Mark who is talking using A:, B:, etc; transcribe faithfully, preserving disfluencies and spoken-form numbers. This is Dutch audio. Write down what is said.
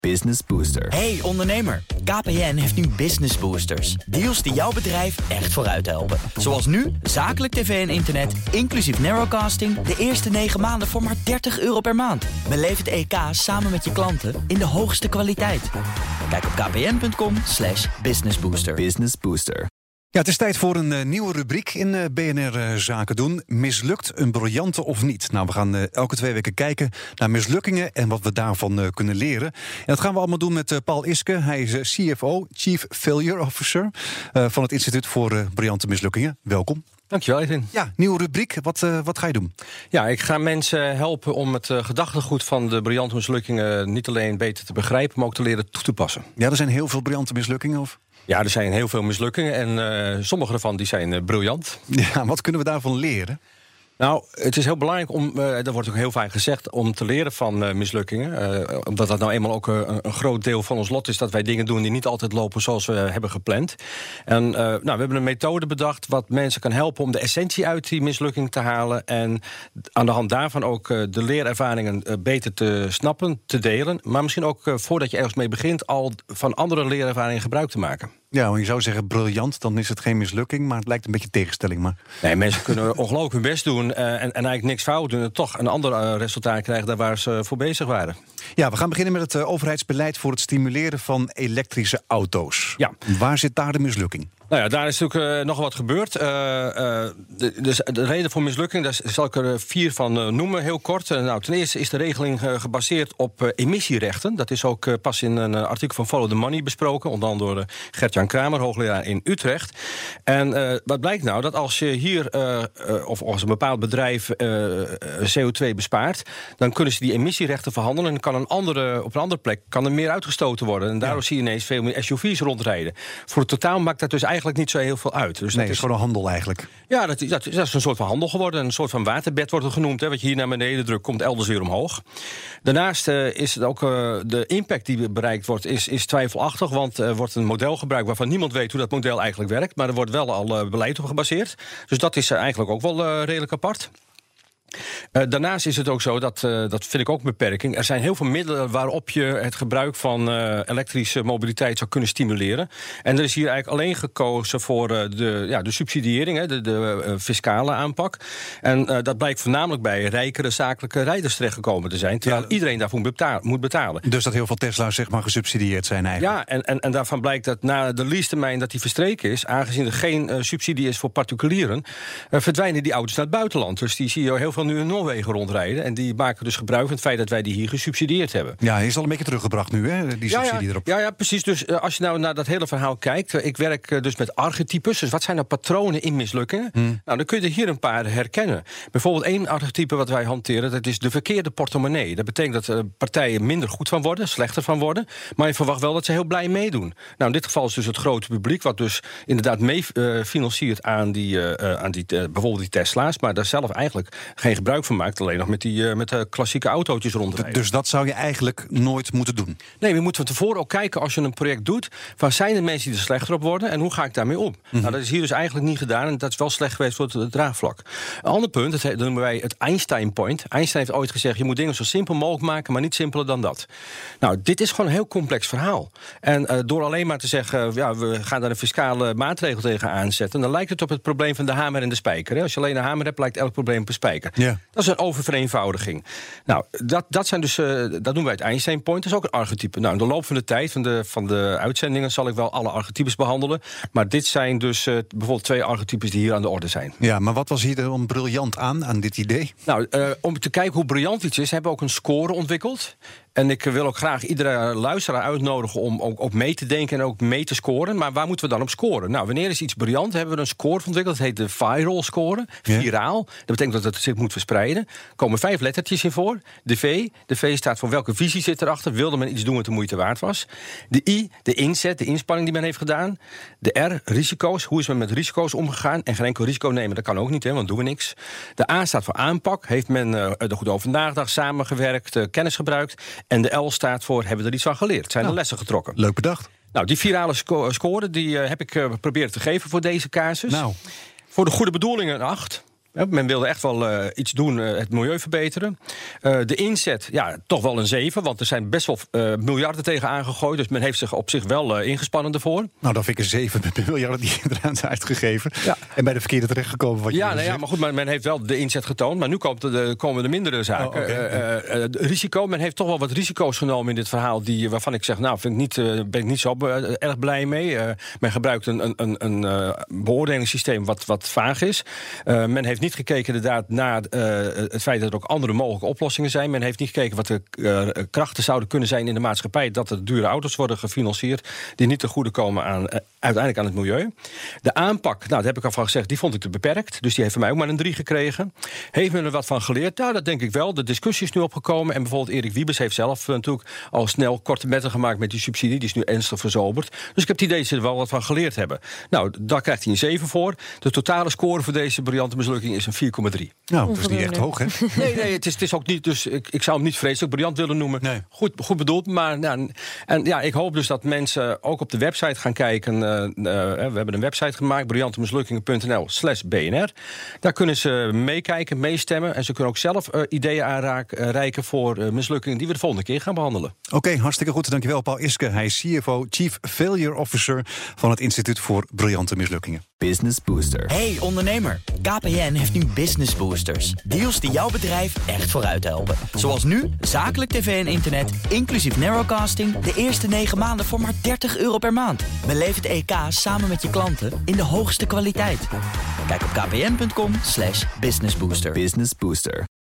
A: Business Booster.
B: Hey ondernemer, K P N heeft nu Business Boosters. Deals die jouw bedrijf echt vooruit helpen. Zoals nu, zakelijk tv en internet, inclusief narrowcasting... de eerste negen maanden voor maar dertig euro per maand. Beleef het E K samen met je klanten in de hoogste kwaliteit. Kijk op kpn.com slash businessbooster.
A: Business Booster.
C: Ja, het is tijd voor een uh, nieuwe rubriek in uh, B N R uh, Zaken doen. Mislukt een briljante of niet? Nou, we gaan uh, elke twee weken kijken naar mislukkingen en wat we daarvan uh, kunnen leren. En dat gaan we allemaal doen met uh, Paul Iske. Hij is uh, C F O, Chief Failure Officer, uh, van het Instituut voor uh, Briljante Mislukkingen. Welkom.
D: Dankjewel, Edwin.
C: Ja, nieuwe rubriek. Wat, uh, wat ga je doen?
D: Ja, ik ga mensen helpen om het uh, gedachtegoed van de briljante mislukkingen niet alleen beter te begrijpen, maar ook te leren toe te passen.
C: Ja, er zijn heel veel briljante mislukkingen, of?
D: Ja, er zijn heel veel mislukkingen en uh, sommige daarvan die zijn uh, briljant.
C: Ja, wat kunnen we daarvan leren?
D: Nou, het is heel belangrijk om, uh, dat wordt ook heel vaak gezegd, om te leren van uh, mislukkingen. Uh, omdat dat nou eenmaal ook uh, een groot deel van ons lot is, dat wij dingen doen die niet altijd lopen zoals we hebben gepland. En uh, nou, we hebben een methode bedacht wat mensen kan helpen om de essentie uit die mislukking te halen. En aan de hand daarvan ook uh, de leerervaringen uh, beter te snappen, te delen. Maar misschien ook uh, voordat je ergens mee begint, al van andere leerervaringen gebruik te maken.
C: Ja, want je zou zeggen briljant, dan is het geen mislukking, maar het lijkt een beetje tegenstelling. Maar...
D: Nee, mensen kunnen ongelooflijk hun best doen uh, en, en eigenlijk niks fout doen en toch een ander uh, resultaat krijgen dan waar ze voor bezig waren.
C: Ja, we gaan beginnen met het uh, overheidsbeleid voor het stimuleren van elektrische auto's.
D: Ja.
C: Waar zit daar de mislukking?
D: Nou ja, daar is natuurlijk uh, nogal wat gebeurd. Uh, uh, de, dus de reden voor mislukking, daar zal ik er vier van uh, noemen, heel kort. Uh, nou, ten eerste is de regeling uh, gebaseerd op uh, emissierechten. Dat is ook uh, pas in een uh, artikel van Follow the Money besproken, onder andere door uh, Gert-Jan Kramer, hoogleraar in Utrecht. En uh, wat blijkt nou? Dat als je hier, uh, uh, of als een bepaald bedrijf uh, C O twee bespaart, dan kunnen ze die emissierechten verhandelen en kan een andere, op een andere plek kan er meer uitgestoten worden. En daardoor ja. zie je ineens veel meer S U V's rondrijden. Voor het totaal maakt dat dus eigenlijk niet zo heel veel uit. Dus
C: nee,
D: dat
C: is gewoon een handel eigenlijk.
D: Ja, dat, dat, dat is een soort van handel geworden. Een soort van waterbed wordt het genoemd. Hè. Wat je hier naar beneden drukt, komt elders weer omhoog. Daarnaast uh, is het ook uh, de impact die bereikt wordt, is, is twijfelachtig. Want er uh, wordt een model gebruikt waarvan niemand weet hoe dat model eigenlijk werkt. Maar er wordt wel al uh, beleid op gebaseerd. Dus dat is uh, eigenlijk ook wel uh, redelijk apart. Uh, daarnaast is het ook zo, dat, uh, dat vind ik ook een beperking. Er zijn heel veel middelen waarop je het gebruik van uh, elektrische mobiliteit zou kunnen stimuleren. En er is hier eigenlijk alleen gekozen voor uh, de, ja, de subsidiëring, hè, de, de uh, fiscale aanpak. En uh, dat blijkt voornamelijk bij rijkere zakelijke rijders terechtgekomen te zijn, terwijl ja, iedereen daarvoor betaal, moet betalen.
C: Dus dat heel veel Tesla's zeg maar gesubsidieerd zijn eigenlijk.
D: Ja, en, en, en daarvan blijkt dat na de leasetermijn dat die verstreken is, aangezien er geen uh, subsidie is voor particulieren, uh, verdwijnen die auto's naar het buitenland. Dus die zie je heel veel nu in Noorwegen rondrijden. En die maken dus gebruik van het feit dat wij die hier gesubsidieerd hebben.
C: Ja, is al een beetje teruggebracht nu, hè, die subsidie
D: ja, ja.
C: erop.
D: Ja, ja, precies. Dus uh, als je nou naar dat hele verhaal kijkt, uh, ik werk uh, dus met archetypes. Dus wat zijn nou patronen in mislukkingen? Hmm. Nou, dan kun je er hier een paar herkennen. Bijvoorbeeld één archetype wat wij hanteren, dat is de verkeerde portemonnee. Dat betekent dat uh, partijen minder goed van worden, slechter van worden. Maar je verwacht wel dat ze heel blij meedoen. Nou, in dit geval is dus het grote publiek, wat dus inderdaad mee uh, financiert aan die, uh, uh, aan die uh, bijvoorbeeld die Tesla's, maar daar zelf eigenlijk geen gebruik van maakt, alleen nog met die uh, met de klassieke autootjes rondrijden.
C: Dus dat zou je eigenlijk nooit moeten doen?
D: Nee, we moeten van tevoren ook kijken als je een project doet, waar zijn de mensen die er slechter op worden en hoe ga ik daarmee om? Mm-hmm. Nou, dat is hier dus eigenlijk niet gedaan en dat is wel slecht geweest voor het draagvlak. Een ander punt, dat noemen wij het Einstein point. Einstein heeft ooit gezegd, je moet dingen zo simpel mogelijk maken, maar niet simpeler dan dat. Nou, dit is gewoon een heel complex verhaal. En uh, door alleen maar te zeggen, uh, ja, we gaan daar een fiscale maatregel tegen aanzetten, dan lijkt het op het probleem van de hamer en de spijker. Hè? Als je alleen een hamer hebt, lijkt elk probleem op een spijker. Yeah. Dat is een oververeenvoudiging. Nou, dat, dat zijn dus, uh, dat noemen wij het Einstein point. Dat is ook een archetype. Nou, in de loop van de tijd van de, van de uitzendingen zal ik wel alle archetypes behandelen. Maar dit zijn dus uh, bijvoorbeeld twee archetypes die hier aan de orde zijn.
C: Ja, maar wat was hier dan briljant aan, aan dit idee?
D: Nou, uh, om te kijken hoe briljant iets is, hebben we ook een score ontwikkeld. En ik wil ook graag iedere luisteraar uitnodigen om ook, ook mee te denken en ook mee te scoren. Maar waar moeten we dan op scoren? Nou, wanneer is iets briljant, hebben we een score ontwikkeld. Dat heet de viral score. Viraal. Dat betekent dat het zich moet verspreiden. Er komen vijf lettertjes in voor. De V. De V staat voor welke visie zit erachter. Wilde men iets doen wat de moeite waard was. De I. De inzet, de inspanning die men heeft gedaan. De R. Risico's. Hoe is men met risico's omgegaan? En geen enkel risico nemen, dat kan ook niet, hè, want doen we niks. De A staat voor aanpak. Heeft men uh, er goed over nagedacht, samengewerkt, uh, kennis gebruikt. En de L staat voor, hebben we er iets van geleerd? Zijn er lessen getrokken?
C: Leuk bedacht.
D: Nou, die virale sco- score die, uh, heb ik uh, proberen te geven voor deze casus.
C: Nou.
D: Voor de goede bedoelingen een acht. Men wilde echt wel uh, iets doen, uh, het milieu verbeteren. Uh, de inzet, ja, toch wel een zeven. Want er zijn best wel uh, miljarden tegen aangegooid. Dus men heeft zich op zich wel uh, ingespannen ervoor.
C: Nou, dan vind ik een zeven met de miljarden die inderdaad zijn uitgegeven. Ja. En bij de verkeerde terechtgekomen. Wat je
D: ja, nou ja, maar goed, maar men heeft wel de inzet getoond. Maar nu komt de, komen de mindere zaken. Oh, okay. uh, uh, uh, risico, men heeft toch wel wat risico's genomen in dit verhaal. Die, waarvan ik zeg, nou, vind ik niet, uh, ben ik niet zo uh, erg blij mee. Uh, men gebruikt een, een, een, een uh, beoordelingssysteem wat, wat vaag is. Uh, men heeft niet gekeken inderdaad naar uh, het feit dat er ook andere mogelijke oplossingen zijn. Men heeft niet gekeken wat de uh, krachten zouden kunnen zijn in de maatschappij. Dat er dure auto's worden gefinancierd die niet ten goede komen aan, uh, uiteindelijk aan het milieu. De aanpak, nou, daar heb ik al van gezegd, die vond ik te beperkt. Dus die heeft van mij ook maar een drie gekregen. Heeft men er wat van geleerd? Nou, dat denk ik wel. De discussie is nu opgekomen. En bijvoorbeeld Erik Wiebes heeft zelf uh, natuurlijk al snel korte metten gemaakt met die subsidie. Die is nu ernstig verzoberd. Dus ik heb het idee dat ze er wel wat van geleerd hebben. Nou, daar krijgt hij een zeven voor. De totale score voor deze briljante mislukking is een vier komma drie.
C: Nou, dat is niet echt hoog, hè?
D: Nee, nee, het is, het is ook niet. Dus ik, ik zou hem niet vreselijk briljant willen noemen. Nee. Goed, goed bedoeld. Maar nou, en ja, ik hoop dus dat mensen ook op de website gaan kijken. Uh, uh, we hebben een website gemaakt, briljantemislukkingen.nl slash bnr. Daar kunnen ze meekijken, meestemmen. En ze kunnen ook zelf uh, ideeën aanreiken voor uh, mislukkingen die we de volgende keer gaan behandelen.
C: Oké, okay, hartstikke goed. Dankjewel, Paul Iske. Hij is C F O, Chief Failure Officer van het Instituut voor Briljante Mislukkingen.
B: Business Booster. Hey ondernemer, K P N heeft nu Business Boosters. Deals die jouw bedrijf echt vooruit helpen. Zoals nu, zakelijk tv en internet, inclusief narrowcasting, de eerste negen maanden voor maar dertig euro per maand. Beleef het E K samen met je klanten in de hoogste kwaliteit. Kijk op kpn punt com slash businessbooster. Business Booster.